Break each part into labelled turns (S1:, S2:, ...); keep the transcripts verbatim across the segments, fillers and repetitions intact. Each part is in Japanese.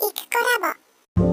S1: イクコラ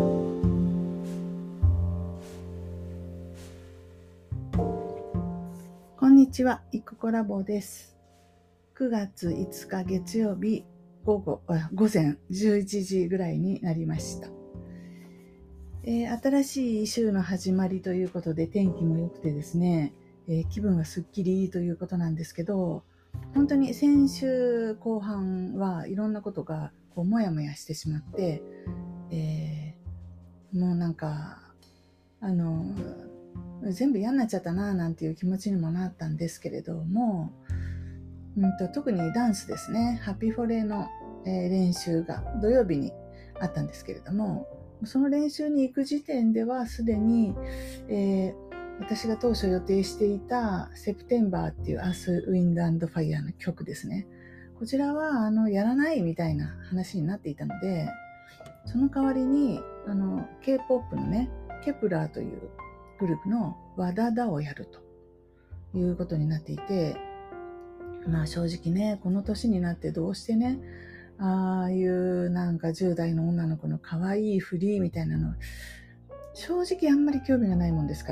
S1: ボ。
S2: こんにちは、イクコラボです。くがついつか月曜日午後、午前じゅういちじぐらいになりました。えー、新しい週の始まりということで天気も良くてですね、えー、気分はすっきりということなんですけど、本当に先週後半はいろんなことがこうもやもやしてしまって、えー、もうなんかあの全部嫌になっちゃったななんていう気持ちにもなったんですけれども、うんと特にダンスですね、ハピフォレの、えー、練習が土曜日にあったんですけれども、その練習に行く時点ではすでに、えー、私が当初予定していたセプテンバーっていうアース、ウィンド&ファイヤーの曲ですね、こちらはあのやらないみたいな話になっていたので、その代わりにあの K-ポップ のね、ケプラーというグループのワダダをやるということになっていて、まあ正直ね、この年になってどうしてね、ああいうなんかじゅう代の女の子の可愛いフリーみたいなの、正直あんまり興味がないもんですから、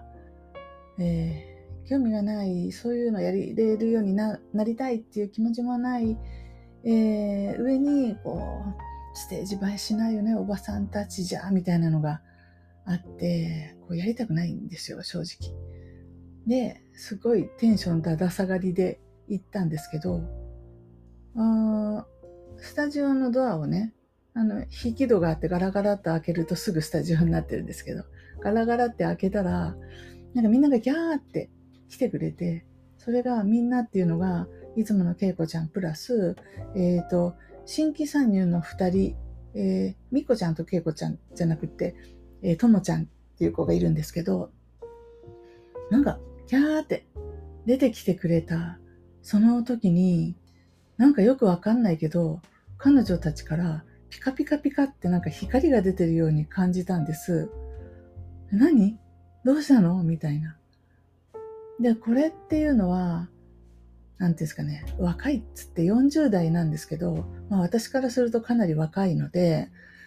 S2: えー、興味がない、そういうのやりれるように な, なりたいっていう気持ちもない、えー、上にこうステージ映えしないよね、おばさんたちじゃみたいなのがあって、こうやりたくないんですよ、正直。で、すごいテンションだだ下がりで行ったんですけど、あスタジオのドアをね、あの引き戸があってガラガラって開けるとすぐスタジオになってるんですけど、ガラガラって開けたら、なんかみんながギャーって来てくれて、それがみんなっていうのがいつものけいこちゃんプラス、えっと新規参入のふたり、えー、みこちゃんとけいこちゃんじゃなくて、えー、ともちゃんっていう子がいるんですけど、なんかギャーって出てきてくれたその時に、なんかよくわかんないけど、彼女たちからピカピカピカってなんか光が出てるように感じたんです。何？どうしたの？みたいな。で、これっていうのは、なんていうんですかね、若いっつってよんじゅう代なんですけど、まあ私からするとかなり若いので、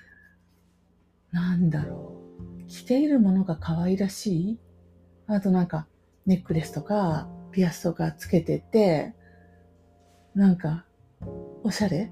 S2: なんだろう。着ているものが可愛らしい？あとなんかネックレスとかピアスとかつけてて、なんかおしゃれ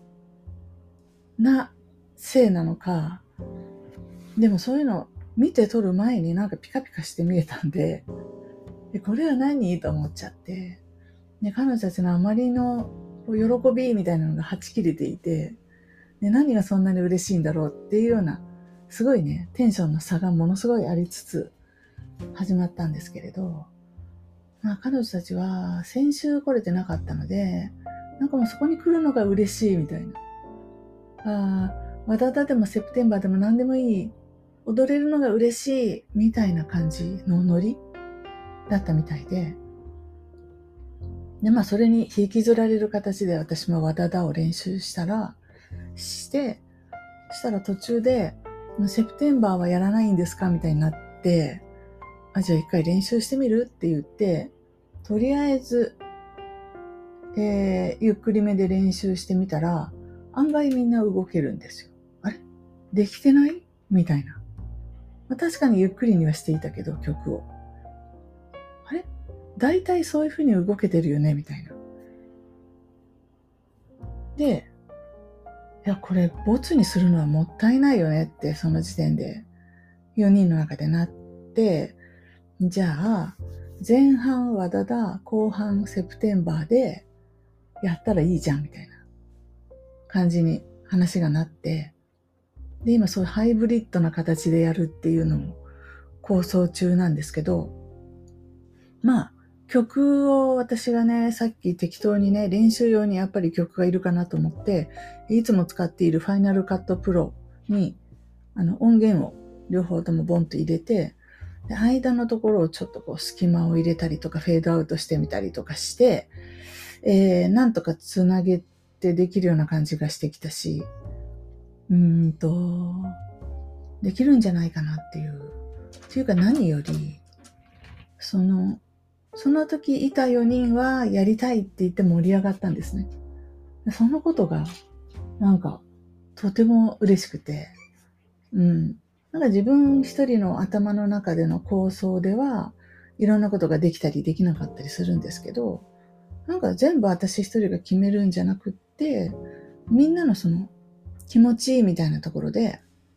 S2: なせいなのか、でもそういうの見て撮る前になんかピカピカして見えたんで、でこれは何と思っちゃって、で彼女たちのあまりの喜びみたいなのがはち切れていて、で何がそんなに嬉しいんだろうっていうような、すごいね、テンションの差がものすごいありつつ始まったんですけれど、まあ彼女たちは先週来れてなかったので、なんかもうそこに来るのが嬉しいみたいな。ああ、わだだでもセプテンバーでも何でもいい。踊れるのが嬉しいみたいな感じのノリだったみたいで、で、まあそれに引きずられる形で私もわだだを練習したら、して、したら途中で、セプテンバーはやらないんですかみたいになって、あ、じゃあ一回練習してみるって言って、とりあえず、えー、ゆっくりめで練習してみたら、案外みんな動けるんですよ。あれ？できてない？みたいな。まあ、確かにゆっくりにはしていたけど、曲を。あれ？大体そういう風に動けてるよねみたいな。で、いや、これ、ボツにするのはもったいないよねって、その時点で、よにんの中でなって、じゃあ、前半はだだ、後半セプテンバーで、やったらいいじゃん、みたいな感じに話がなって、で、今そういうハイブリッドな形でやるっていうのも構想中なんですけど、まあ、曲を私がね、さっき適当にね、練習用にやっぱり曲がいるかなと思って、いつも使っているファイナルカットプロに、あの、音源を両方ともボンと入れて、で間のところをちょっとこう隙間を入れたりとか、フェードアウトしてみたりとかして、えー、なんとかつなげてできるような感じがしてきたし、うーんと、できるんじゃないかなっていう。っていうか何より、その、その時いたよにんはやりたいって言って盛り上がったんですね。そのことが、なんか、 とても嬉しくて、うん。なんか自分一人の頭の中での構想では、いろんなことができたりできなかったりするんですけど、なんか全部私一人が決めるんじゃなくって、みんなのその気持ちいいみたいなところで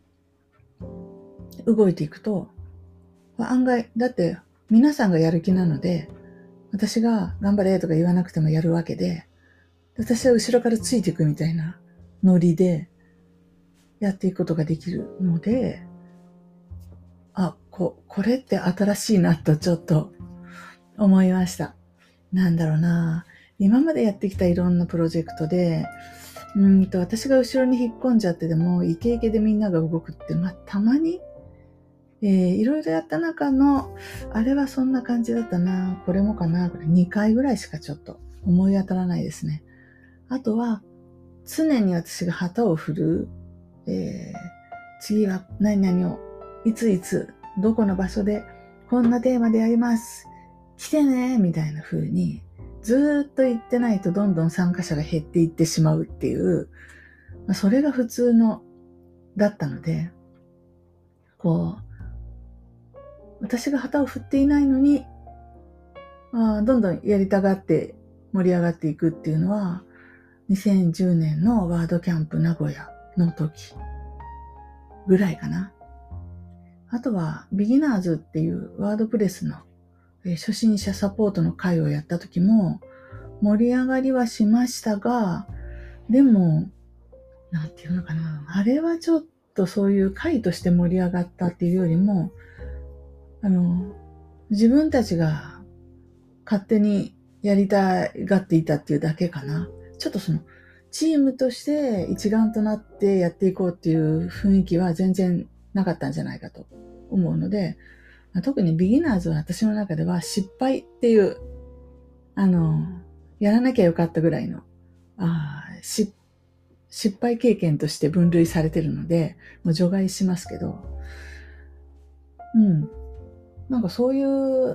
S2: 動いていくと、案外、だって皆さんがやる気なので、私が頑張れとか言わなくてもやるわけで、私は後ろからついていくみたいなノリでやっていくことができるので、あ、こ、これって新しいなとちょっと思いました。なんだろうな。今までやってきたいろんなプロジェクトで、うんと、私が後ろに引っ込んじゃってでも、イケイケでみんなが動くって、まあ、たまに、えー、いろいろやった中の、あれはそんな感じだったな、これもかな、これにかいぐらいしかちょっと思い当たらないですね。あとは、常に私が旗を振る、えー、次は何々を、いついつ、どこの場所で、こんなテーマでやります。来てねみたいな風に、ずーっと言ってないとどんどん参加者が減っていってしまうっていう、それが普通の、だったので、こう、私が旗を振っていないのに、あどんどんやりたがって盛り上がっていくっていうのは、にせんじゅうねんのワードキャンプ名古屋の時ぐらいかな。あとは、ビギナーズっていうワードプレスの初心者サポートの会をやった時も盛り上がりはしましたが、でも、なんていうのかな。あれはちょっとそういう会として盛り上がったっていうよりも、あの、自分たちが勝手にやりたがっていたっていうだけかな。ちょっとその、チームとして一丸となってやっていこうっていう雰囲気は全然なかったんじゃないかと思うので、特にビギナーズは私の中では失敗っていう、あの、やらなきゃよかったぐらいの、あ失失敗経験として分類されてるので、もう除外しますけど、うん。なんかそういう、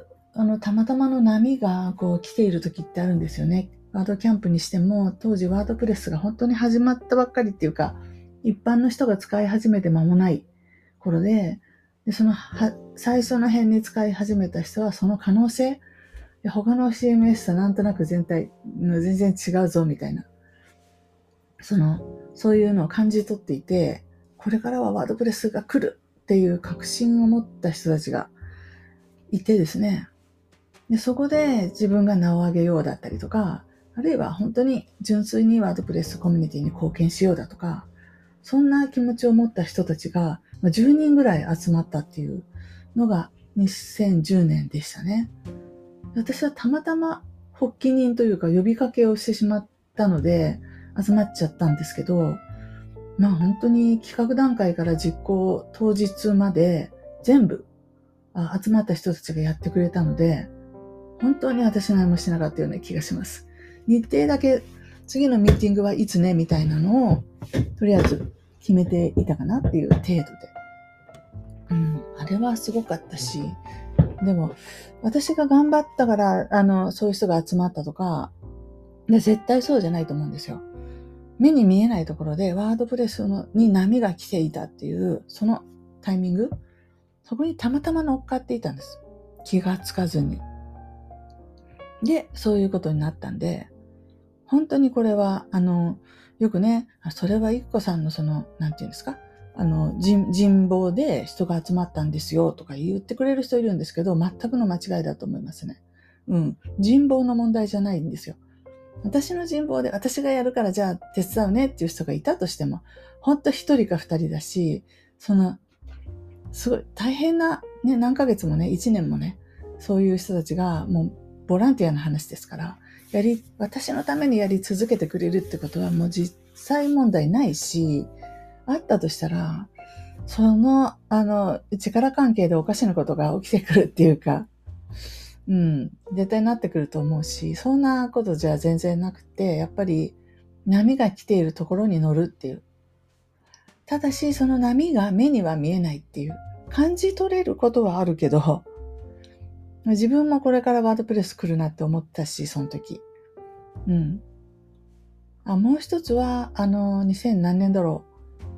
S2: あの、たまたまの波がこう来ている時ってあるんですよね。ワードキャンプにしても、当時ワードプレスが本当に始まったばっかりっていうか、一般の人が使い始めて間もない頃で、でそのは最初の辺に使い始めた人はその可能性、他の シーエムエス となんとなく全体、全然違うぞみたいな、その、そういうのを感じ取っていて、これからはワードプレスが来るっていう確信を持った人たちがいてですね、でそこで自分が名を上げようだったりとか、あるいは本当に純粋にワードプレスコミュニティに貢献しようだとか、そんな気持ちを持った人たちがじゅうにんぐらい集まったっていうのがにせんじゅうねんでしたね。私はたまたま発起人というか呼びかけをしてしまったので集まっちゃったんですけど、まあ本当に企画段階から実行当日まで全部集まった人たちがやってくれたので、本当に私何もしなかったような気がします。日程だけ次のミーティングはいつねみたいなのをとりあえず決めていたかなっていう程度で、うん、あれはすごかったし、でも私が頑張ったからあのそういう人が集まったとかで、絶対そうじゃないと思うんですよ。目に見えないところでワードプレスに波が来ていたっていうそのタイミング、そこにたまたま乗っかっていたんです。気がつかずに。で、そういうことになったんで、本当にこれは、あの、よくね、それは育子さんのその、なんていうんですか、あの、人、人望で人が集まったんですよとか言ってくれる人いるんですけど、全くの間違いだと思いますね。うん。人望の問題じゃないんですよ。私の人望で私がやるからじゃあ手伝うねっていう人がいたとしても、ほんと一人か二人だし、その、すごい大変な、ね、何ヶ月もね、一年もね、そういう人たちがもうボランティアの話ですから、やり、私のためにやり続けてくれるってことはもう実際問題ないし、あったとしたら、その、あの、力関係でおかしなことが起きてくるっていうか、うん、絶対なってくると思うし、そんなことじゃ全然なくて、やっぱり波が来ているところに乗るっていう。ただし、その波が目には見えないっていう。感じ取れることはあるけど、自分もこれからワードプレス来るなって思ったし、その時。うん。あ、もう一つは、あの、にせん何年だろ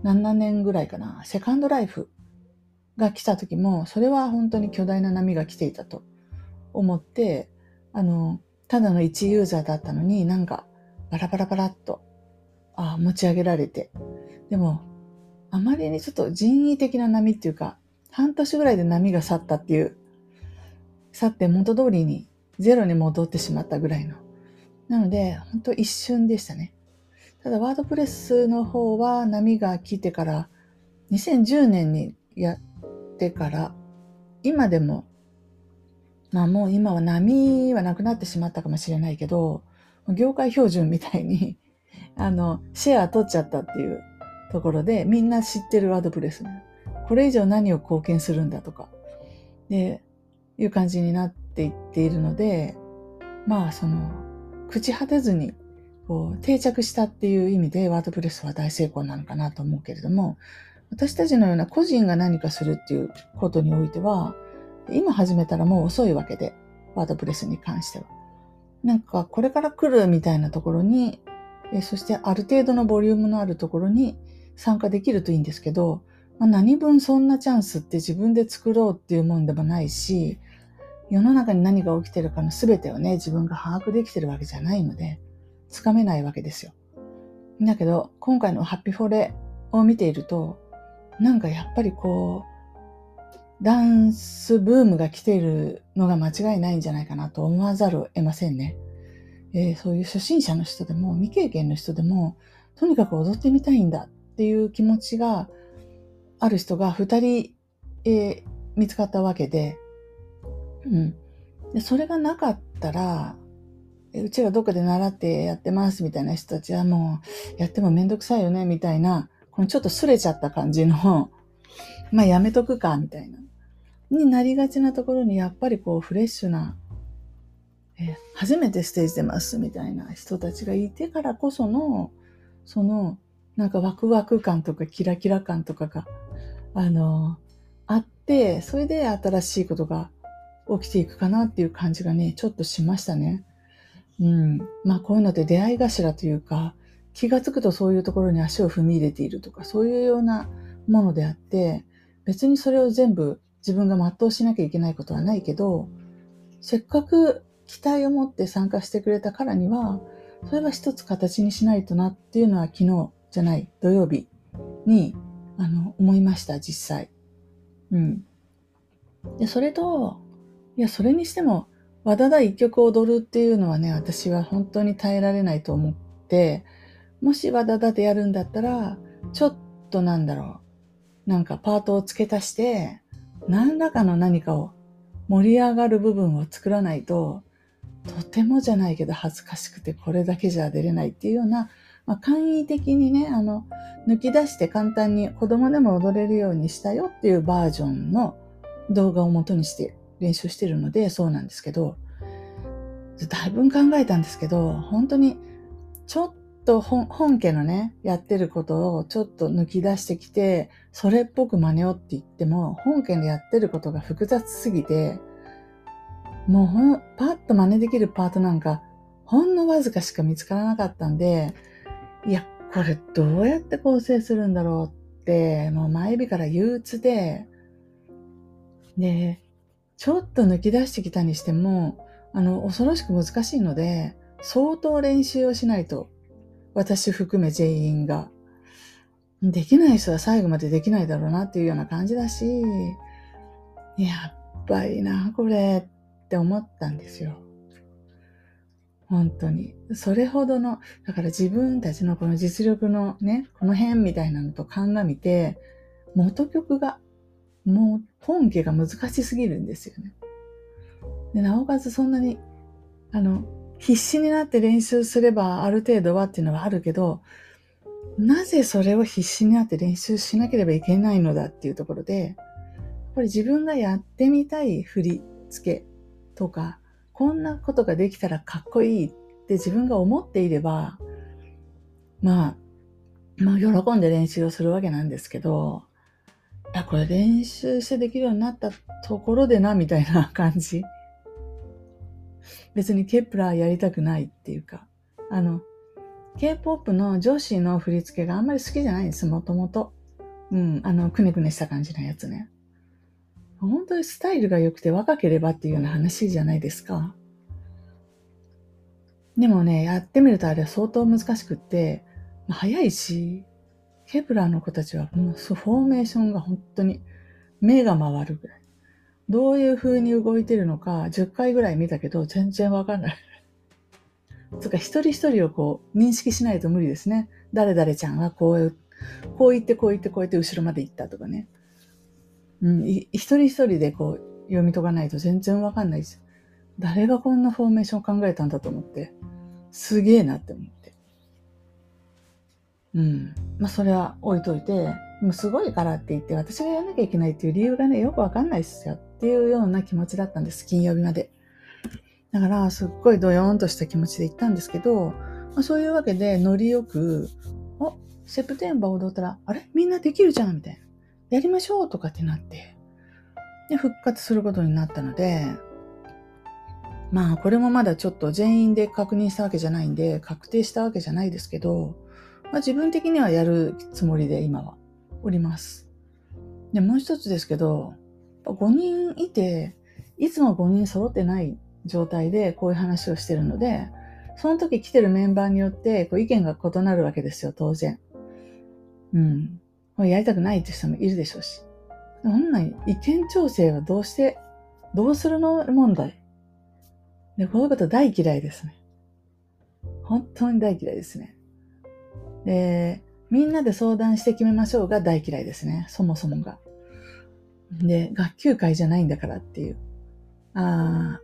S2: ななねんぐらいかな、セカンドライフが来た時も、それは本当に巨大な波が来ていたと思って、あの、ただの一ユーザーだったのになんかバラバラバラっとあ持ち上げられて、でもあまりにちょっと人為的な波っていうか、半年ぐらいで波が去ったっていう、去って元通りにゼロに戻ってしまったぐらいの。なので、本当一瞬でしたね。ただワードプレスの方は波が来てから、にせんじゅうねんにやってから、今でも、まあもう今は波はなくなってしまったかもしれないけど、業界標準みたいに、あの、シェア取っちゃったっていうところで、みんな知ってるワードプレスね。これ以上何を貢献するんだとか、で、いう感じになっていっているので、まあその、朽ち果てずに、こう、定着したっていう意味でワードプレスは大成功なのかなと思うけれども、私たちのような個人が何かするっていうことにおいては、今始めたらもう遅いわけで、ワードプレスに関しては。なんかこれから来るみたいなところに、そしてある程度のボリュームのあるところに参加できるといいんですけど、まあ、何分そんなチャンスって自分で作ろうっていうもんでもないし、世の中に何が起きてるかの全てをね、自分が把握できてるわけじゃないので、つかめないわけですよ。だけど、今回のハッピフォレを見ていると、なんかやっぱりこう、ダンスブームが来ているのが間違いないんじゃないかなと思わざるを得ませんね。えー、そういう初心者の人でも未経験の人でもとにかく踊ってみたいんだっていう気持ちがある人がふたり、えー、見つかったわけで、うん、でそれがなかったら、うちがどっかで習ってやってますみたいな人たちはもうやってもめんどくさいよねみたいな、このちょっとすれちゃった感じのまあやめとくかみたいなになりがちなところに、やっぱりこうフレッシュなえ初めてステージ出ますみたいな人たちがいてからこその、そのなんかワクワク感とかキラキラ感とかがあのあって、それで新しいことが起きていくかなっていう感じがね、ちょっとしましたね。うん、まあこういうのって出会い頭というか、気がつくとそういうところに足を踏み入れているとか、そういうようなものであって、別にそれを全部自分が全うしなきゃいけないことはないけど、せっかく期待を持って参加してくれたからには、それは一つ形にしないとなっていうのは昨日じゃない土曜日にあの思いました、実際。うん。で、それと、いや、それにしても、和田だ一曲踊るっていうのはね、私は本当に耐えられないと思って、もし和田だでやるんだったら、ちょっとなんだろう、なんかパートを付け足して、何らかの何かを盛り上がる部分を作らないと、とてもじゃないけど恥ずかしくてこれだけじゃ出れないっていうような、まあ、簡易的にね、あの、抜き出して簡単に子供でも踊れるようにしたよっていうバージョンの動画を元にして練習してるのでそうなんですけど、だいぶ考えたんですけど、本当にちょっと 本, 本家のね、やってることをちょっと抜き出してきて、それっぽく真似をって言っても、本家でやってることが複雑すぎて、もうほん、パッと真似できるパートなんか、ほんのわずかしか見つからなかったんで、いや、これどうやって構成するんだろうって、もう前日から憂鬱で、で、ちょっと抜き出してきたにしても、あの、恐ろしく難しいので、相当練習をしないと、私含め全員が。できない人は最後までできないだろうなっていうような感じだし、やっばいな、これって思ったんですよ。本当に。それほどの、だから自分たちのこの実力のね、この辺みたいなのと鑑みて、元曲が、もう本家が難しすぎるんですよね。で、なおかつそんなに、あの、必死になって練習すればある程度はっていうのはあるけど、なぜそれを必死になって練習しなければいけないのだっていうところで、やっぱり自分がやってみたい振り付けとか、こんなことができたらかっこいいって自分が思っていれば、まあ、まあ喜んで練習をするわけなんですけど、いや、これ練習してできるようになったところでな、みたいな感じ。別にケプラーやりたくないっていうか、あの、 K-ポップ の女子の振り付けがあんまり好きじゃないんです、もともと。うん、あの、くねくねした感じのやつね。本当にスタイルが良くて若ければっていうような話じゃないですか。でもね、やってみるとあれは相当難しくって、まあ、早いし、ケプラーの子たちはもうフォーメーションが本当に目が回るぐらい。どういう風に動いてるのかじゅっかいぐらい見たけど全然わかんない。つか一人一人をこう認識しないと無理ですね。誰々ちゃんはこう、こう言ってこう言ってこう言って後ろまで行ったとかね。うん、一人一人でこう読み解かないと全然わかんないです。誰がこんなフォーメーションを考えたんだと思って、すげえなって思って。うん。まあそれは置いといて、もうすごいからって言って私がやらなきゃいけないっていう理由がね、よくわかんないですよっていうような気持ちだったんです、金曜日まで。だからすっごいドヨーンとした気持ちで行ったんですけど、まあ、そういうわけでノリよく、あ、セプテンバー踊ったら、あれみんなできるじゃんみたいな。やりましょうとかってなって、で、復活することになったので、まあこれもまだちょっと全員で確認したわけじゃないんで、確定したわけじゃないですけど、まあ自分的にはやるつもりで今はおります。で、もう一つですけど、ごにんいて、いつもごにん揃ってない状態でこういう話をしてるので、その時来てるメンバーによってこう意見が異なるわけですよ、当然。うん。これやりたくないって人もいるでしょうし。そんな意見調整はどうして、どうするの問題。で、こういうこと大嫌いですね。本当に大嫌いですね。で、みんなで相談して決めましょうが大嫌いですね。そもそもが。で、学級会じゃないんだからっていう。あ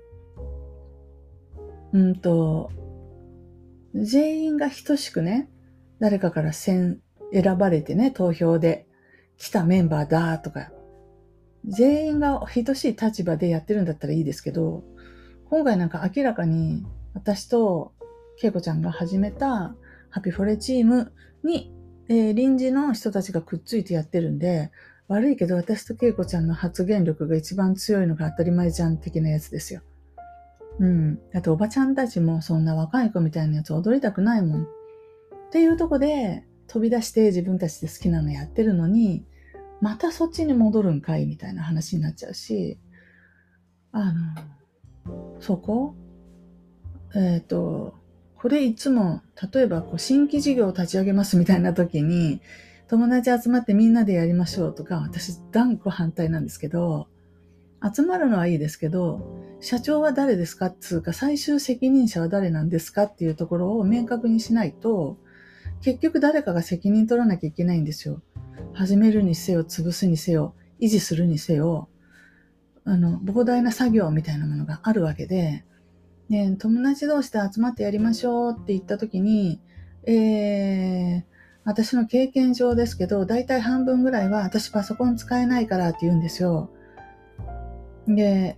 S2: うんと、全員が等しくね、誰かから選、選ばれてね、投票で来たメンバーだとか、全員が等しい立場でやってるんだったらいいですけど、今回なんか明らかに私と恵子ちゃんが始めたハピフォレチームに、えー、臨時の人たちがくっついてやってるんで、悪いけど私と恵子ちゃんの発言力が一番強いのが当たり前じゃん的なやつですよ。うん。だっておばちゃんたちもそんな若い子みたいなやつ踊りたくないもん。っていうとこで飛び出して自分たちで好きなのやってるのに、またそっちに戻るんかいみたいな話になっちゃうし、あの、そこえっと、これいつも、例えばこう新規事業を立ち上げますみたいな時に、友達集まってみんなでやりましょうとか、私断固反対なんですけど、集まるのはいいですけど、社長は誰ですかっつうか、最終責任者は誰なんですかっていうところを明確にしないと、結局誰かが責任取らなきゃいけないんですよ。始めるにせよ、潰すにせよ、維持するにせよ、あの、膨大な作業みたいなものがあるわけで、ね、友達同士で集まってやりましょうって言った時に、えー、私の経験上ですけど、だいたい半分ぐらいは私パソコン使えないからって言うんですよ。で、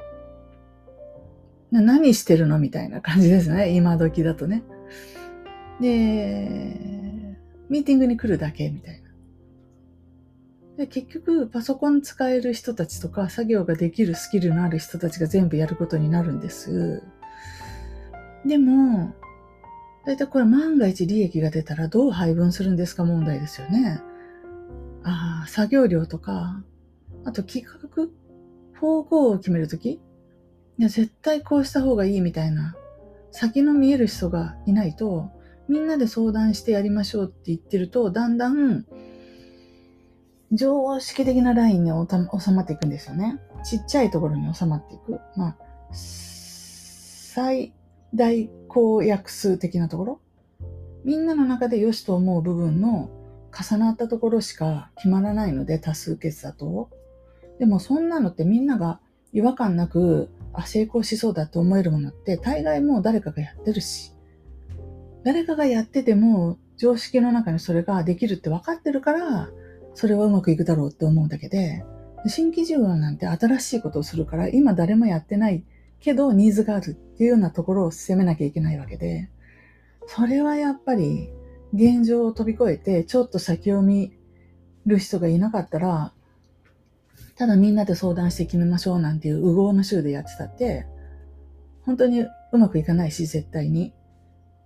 S2: 何してるのみたいな感じですね。今時だとね。で、ミーティングに来るだけみたいな。で、結局、パソコン使える人たちとか、作業ができるスキルのある人たちが全部やることになるんです。でも、だいたいこれ万が一利益が出たらどう配分するんですか問題ですよね。ああ、作業量とか、あと企画方向を決めるとき、いや、絶対こうした方がいいみたいな、先の見える人がいないと、みんなで相談してやりましょうって言ってると、だんだん常識的なラインに収まっていくんですよね。ちっちゃいところに収まっていく。まあ、最大公約数的なところ。みんなの中で良しと思う部分の重なったところしか決まらないので、多数決だと。でもそんなのってみんなが違和感なく、あ、成功しそうだと思えるものって、大概もう誰かがやってるし、誰かがやってても常識の中にそれができるって分かってるから、それはうまくいくだろうって思うだけで、新規事業なんて新しいことをするから、今誰もやってないけどニーズがあるっていうようなところを攻めなきゃいけないわけで、それはやっぱり現状を飛び越えてちょっと先を見る人がいなかったら、ただみんなで相談して決めましょうなんていう右往の衆でやってたって、本当にうまくいかないし、絶対に。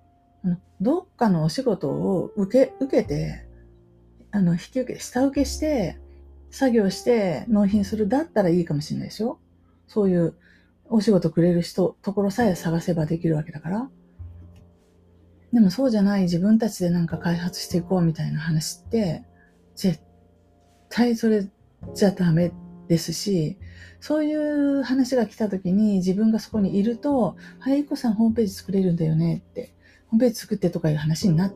S2: あのどっかのお仕事を受け、受けて、あの、引き受け、下請けして、作業して納品するだったらいいかもしれないでしょ。そういうお仕事くれる人、ところさえ探せばできるわけだから。でもそうじゃない自分たちでなんか開発していこうみたいな話って、絶対それじゃダメですし、そういう話が来た時に自分がそこにいると、はい、いこさんホームページ作れるんだよねって、ホームページ作ってとかいう話になって、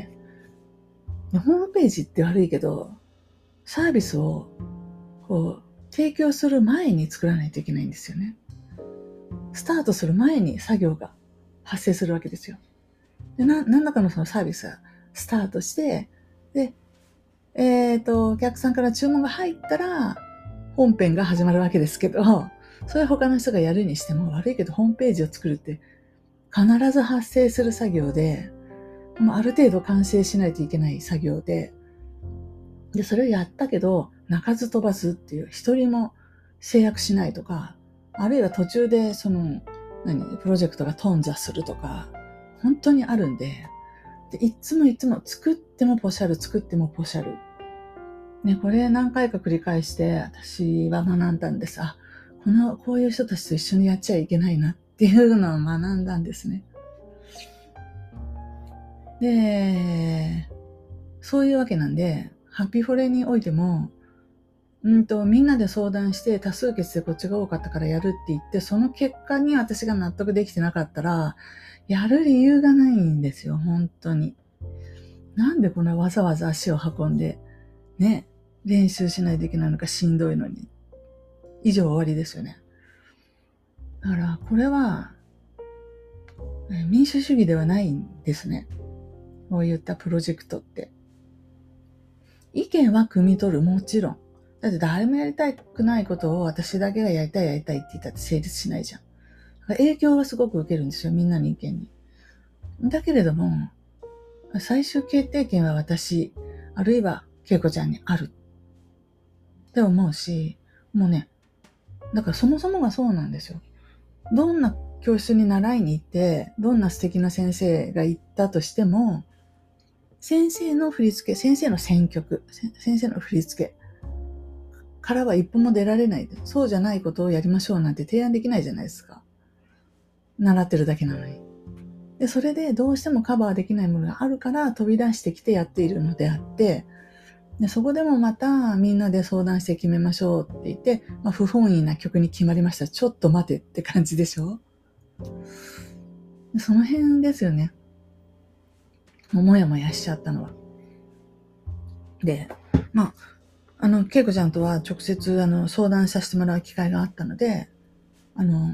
S2: ホームページって悪いけど、サービスをこう提供する前に作らないといけないんですよね。スタートする前に作業が発生するわけですよ。で、な何らかのそのサービスがスタートして、で、えっと、お客さんから注文が入ったら、本編が始まるわけですけど、それは他の人がやるにしても悪いけど、ホームページを作るって必ず発生する作業で、ある程度完成しないといけない作業で、で、それをやったけど、鳴かず飛ばずっていう、一人も制約しないとか、あるいは途中でその、何、プロジェクトが頓挫するとか、本当にあるんで、でいつもいつも作ってもポシャル、作ってもポシャル。ね、これ何回か繰り返して私は学んだんです。あ、この、こういう人たちと一緒にやっちゃいけないなっていうのを学んだんですね。で、そういうわけなんで、ハピフォレにおいても、うんと、みんなで相談して多数決でこっちが多かったからやるって言って、その結果に私が納得できてなかったら、やる理由がないんですよ、本当に。なんでこんなわざわざ足を運んで、ね、練習しないといけないのかしんどいのに。以上終わりですよね。だから、これは、民主主義ではないんですね。こういったプロジェクトって。意見は汲み取る、もちろん。だって誰もやりたくないことを私だけがやりたいやりたいって言ったって成立しないじゃん。影響はすごく受けるんですよ、みんなの意見に。だけれども、最終決定権は私、あるいは恵子ちゃんにあるって思うし、もうね、だからそもそもがそうなんですよ。どんな教室に習いに行って、どんな素敵な先生が行ったとしても、先生の振り付け、先生の選曲、先生の振り付けからは一歩も出られない。そうじゃないことをやりましょうなんて提案できないじゃないですか。習ってるだけなのに。で、それでどうしてもカバーできないものがあるから飛び出してきてやっているのであって、でそこでもまたみんなで相談して決めましょうって言って、まあ、不本意な曲に決まりました。ちょっと待てって感じでしょ。その辺ですよね。もやもやしちゃったのは。で、まあ、あの、恵子ちゃんとは直接あの相談させてもらう機会があったので、あの、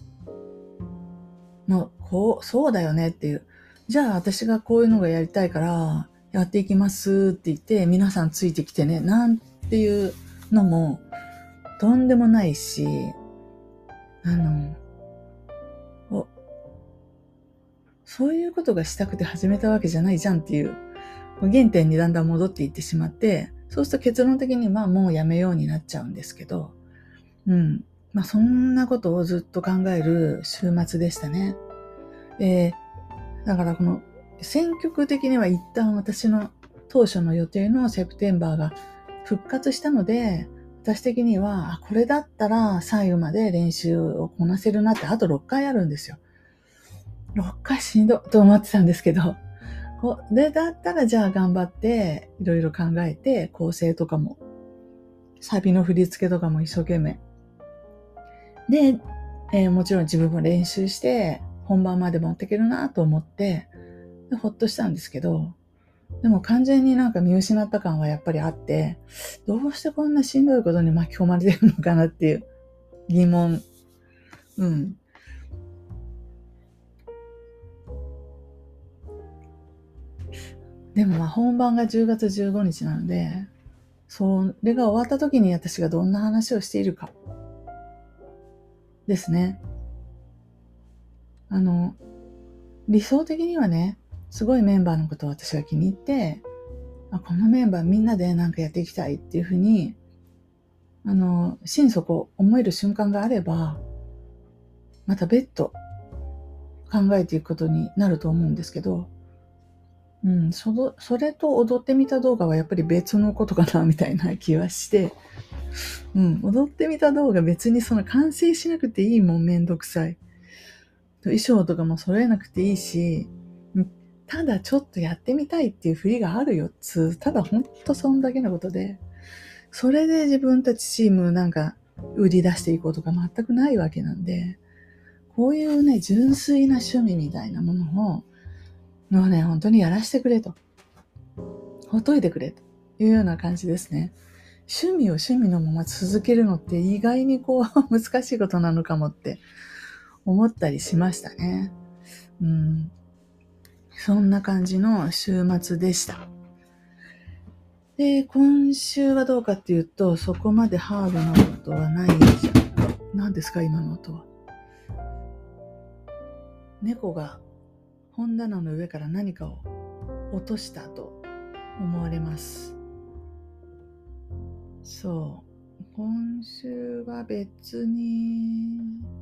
S2: もう、こう、そうだよねっていう。じゃあ私がこういうのがやりたいからやっていきますって言って皆さんついてきてね、なんていうのもとんでもないし、あの、お、そういうことがしたくて始めたわけじゃないじゃんっていう原点にだんだん戻っていってしまって、そうすると結論的にはもうやめようになっちゃうんですけど、うん。まあそんなことをずっと考える週末でしたね。えー、だからこの選曲的には一旦私の当初の予定のセプテンバーが復活したので、私的には、これだったら最後まで練習をこなせるなって、あとろっかいあるんですよ。ろっかいしんどと思ってたんですけど、これだったらじゃあ頑張っていろいろ考えて、構成とかも、サビの振り付けとかも一生懸命。で、えー、もちろん自分も練習して本番まで持っていけるなと思って、でほっとしたんですけど、でも完全になんか見失った感はやっぱりあって、どうしてこんなしんどいことに巻き込まれてるのかなっていう疑問。うん。でもまあ本番がじゅうがつじゅうごにちなので、それが終わった時に私がどんな話をしているかですね。あの、理想的にはね、すごいメンバーのことを私が気に入って、あ、このメンバーみんなでなんかやっていきたいっていうふうに、あの、心底思える瞬間があれば、また別途考えていくことになると思うんですけど、 うん、その、それと踊ってみた動画はやっぱり別のことかなみたいな気はして、うん、踊ってみた動画別にその完成しなくていいもん、めんどくさい。衣装とかも揃えなくていいし、ただちょっとやってみたいっていう振りがあるよっつう、ただほんとそんだけのことで、それで自分たちチームなんか売り出していこうとか全くないわけなんで、こういうね、純粋な趣味みたいなものを、もうね、本当にやらせてくれと。ほっといてくれというような感じですね。趣味を趣味のまま続けるのって意外にこう難しいことなのかもって思ったりしましたね。うん。そんな感じの週末でした。で、今週はどうかっていうと、そこまでハードなことはないじゃん。何ですか、今の音は。猫が本棚の上から何かを落としたと思われます。そう。今週は別に、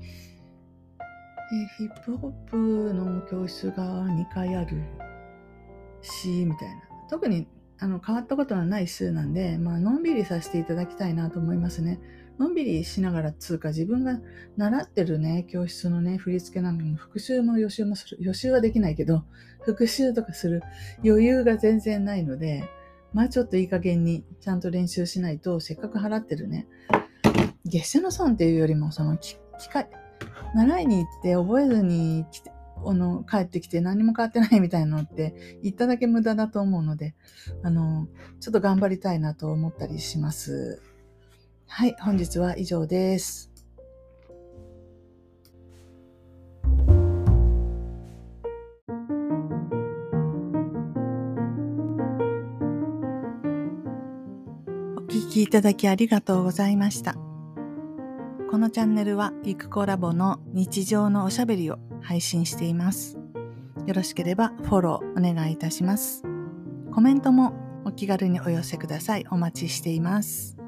S2: えヒップホップの教室がにかいあるし、みたいな。特にあの変わったことはない週なんで、まあのんびりさせていただきたいなと思いますね。のんびりしながらつうか、自分が習ってるね、教室のね、振り付けなんかも復習も予習もする。予習はできないけど、復習とかする余裕が全然ないので、まあちょっといい加減にちゃんと練習しないと、せっかく払ってるね、月謝の損っていうよりも、その機会、習いに行って覚えずに来て、あの、帰ってきて何も変わってないみたいなのって言っただけ無駄だと思うので、あの、ちょっと頑張りたいなと思ったりします。はい、本日は以上です。お聞きいただきありがとうございました。このチャンネルはゆくこラボの日常のおしゃべりを配信しています。よろしければフォローお願いいたします。コメントもお気軽にお寄せください。お待ちしています。